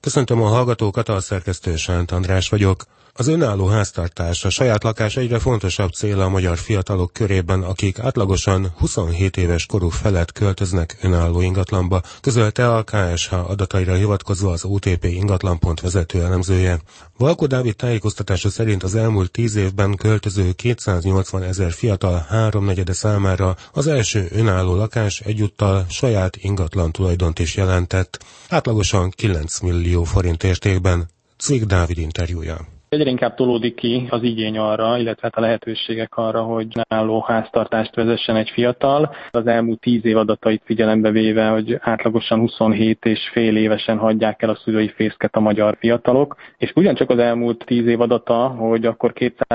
Köszöntöm a hallgatókat, a szerkesztő Sánt András vagyok. Az önálló háztartás, a saját lakás egyre fontosabb cél a magyar fiatalok körében, akik átlagosan 27 éves koruk felett költöznek önálló ingatlanba, közölte a KSH adataira hivatkozva az OTP ingatlan.hu vezető elemzője. Valkó Dávid tájékoztatása szerint az elmúlt 10 évben költöző 280 000 fiatal háromnegyede számára az első önálló lakás egyúttal saját ingatlan tulajdont is jelentett, átlagosan 9 millió forint értékben. Cég Dávid interjúja. Egyre inkább tolódik ki az igény arra, illetve a lehetőségek arra, hogy önálló háztartást vezessen egy fiatal. Az elmúlt 10 év adatait figyelembe véve, hogy átlagosan 27 és fél évesen hagyják el a szülői fészket a magyar fiatalok. És ugyancsak az elmúlt 10 év adata, hogy akkor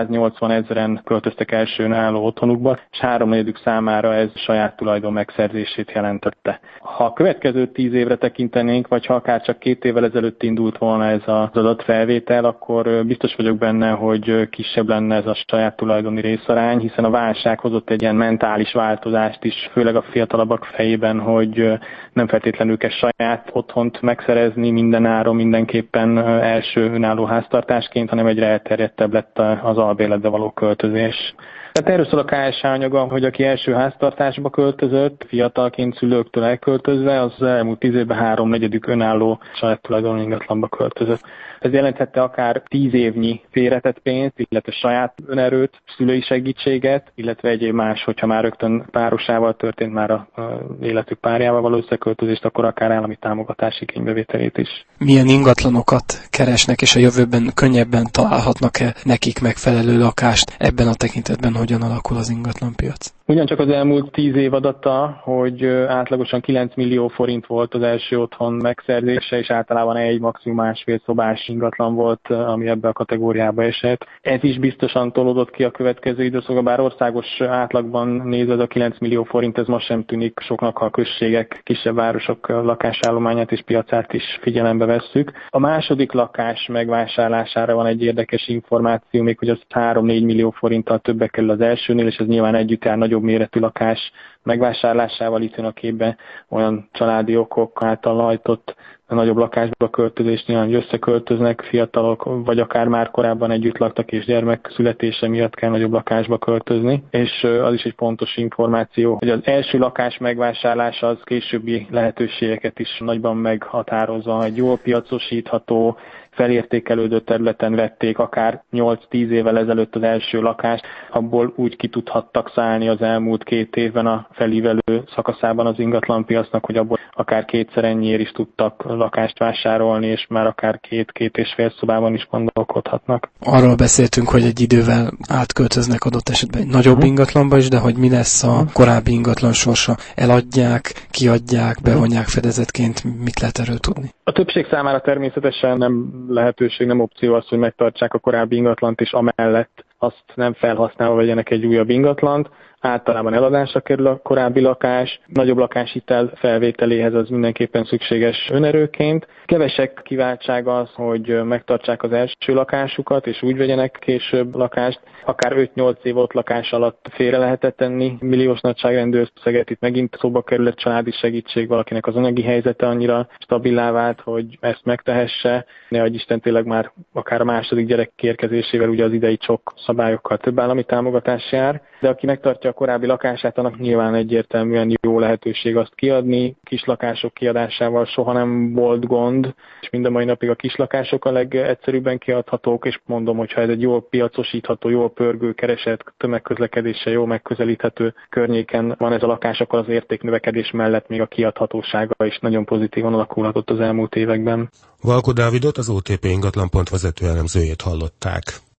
280 000-en költöztek első önálló otthonukba, és háromnegyedük számára ez saját tulajdon megszerzését jelentette. Ha a következő 10 évre tekintenénk, vagy ha akár csak 2 évvel ezelőtt indult volna ez az adatfelvétel, akkor biztos vagyok benne, hogy kisebb lenne ez a saját tulajdoni részarány, hiszen a válság hozott egy ilyen mentális változást is, főleg a fiatalabbak fejében, hogy nem feltétlenül kell saját otthont megszerezni minden áron, mindenképpen első önálló háztartásként, hanem egyre elterjedtebb lett az albérletbe való költözés. Tehát erről szól a KSH anyaga, hogy aki első háztartásba költözött, fiatalként szülőktől elköltözve, az elmúlt 10 évben háromnegyedük önálló saját tulajdonú ingatlanba költözött. Ez jelenthette akár 10 évnyi félretett pénzt, illetve saját önerőt, szülői segítséget, illetve egyéb más, hogyha már rögtön párosával történt már a életük párjával való összeköltözést, akkor akár állami támogatás igénybevételét is. Milyen ingatlanokat keresnek, és a jövőben könnyebben találhatnak-e nekik megfelelő lakást? Ebben a tekintetben hogyan alakul az ingatlanpiac? Ugyancsak az elmúlt 10 év adata, hogy átlagosan 9 millió forint volt az első otthon megszerzése, és általában egy maximum másfél szobás ingatlan volt, ami ebbe a kategóriába esett. Ez is biztosan tolódott ki a következő időszakban, bár országos átlagban nézve a 9 millió forint, ez most sem tűnik soknak, ha a községek, kisebb városok lakásállományát és piacát is figyelembe vesszük. A második lakás megvásárlására van egy érdekes információ, még hogy az 3-4 millió forinttal többe kerül az elsőnél, és ez nyilván együtt jár nagyobb méretű lakás megvásárlásával. Itt jön a képbe olyan családi okok által hajtott nagyobb lakásba költözés, nyilván, hogy összeköltöznek fiatalok, vagy akár már korábban együtt laktak és gyermek születése miatt kell nagyobb lakásba költözni. És az is egy fontos információ, hogy az első lakás megvásárlása az későbbi lehetőségeket is nagyban meghatározza, egy jól piacosítható, felértékelődő területen vették akár 8-10 évvel ezelőtt az első lakást, abból úgy ki tudhattak szállni az elmúlt 2 évben a felívelő szakaszában az ingatlanpiacnak, hogy abból akár kétszer ennyiért is tudtak lakást vásárolni, és már akár 2-2,5 szobában is gondolkodhatnak. Arról beszéltünk, hogy egy idővel átköltöznek adott esetben egy nagyobb ingatlanba is, de hogy mi lesz a korábbi ingatlan sorsa? Eladják, kiadják, bevonják fedezetként, mit lehet erről tudni? A többség számára természetesen nem lehetőség, nem opció az, hogy megtartsák a korábbi ingatlant, és amellett azt nem felhasználva vegyenek egy újabb ingatlant. Általában eladásra kerül a korábbi lakás, nagyobb lakáshitel felvételéhez az mindenképpen szükséges önerőként. Kevesek kiváltsága az, hogy megtartsák az első lakásukat, és úgy vegyenek később lakást. Akár 5-8 év ott lakás alatt félre lehetett tenni milliós nagyságrendű összeget. Itt megint szóba kerül egy családi segítség, valakinek az anyagi helyzete annyira stabilá vált, hogy ezt megtehesse. Nehogy Isten, tényleg már akár a második gyerek érkezésével ugye az idei csok szabályokkal több állami támogatás jár. De aki megtartja a korábbi lakását, annak nyilván egyértelműen jó lehetőség azt kiadni. Kislakások kiadásával soha nem volt gond, és mind a mai napig a kislakások a legegyszerűbben kiadhatók, és mondom, hogy ha ez egy jól piacosítható, jól pörgő, keresett, tömegközlekedéssel jól megközelíthető környéken van ez a lakás, akkor az értéknövekedés mellett még a kiadhatósága is nagyon pozitívan alakulhatott az elmúlt években. Valkó Dávidot, az OTP ingatlan.hu vezető elemzőjét hallották.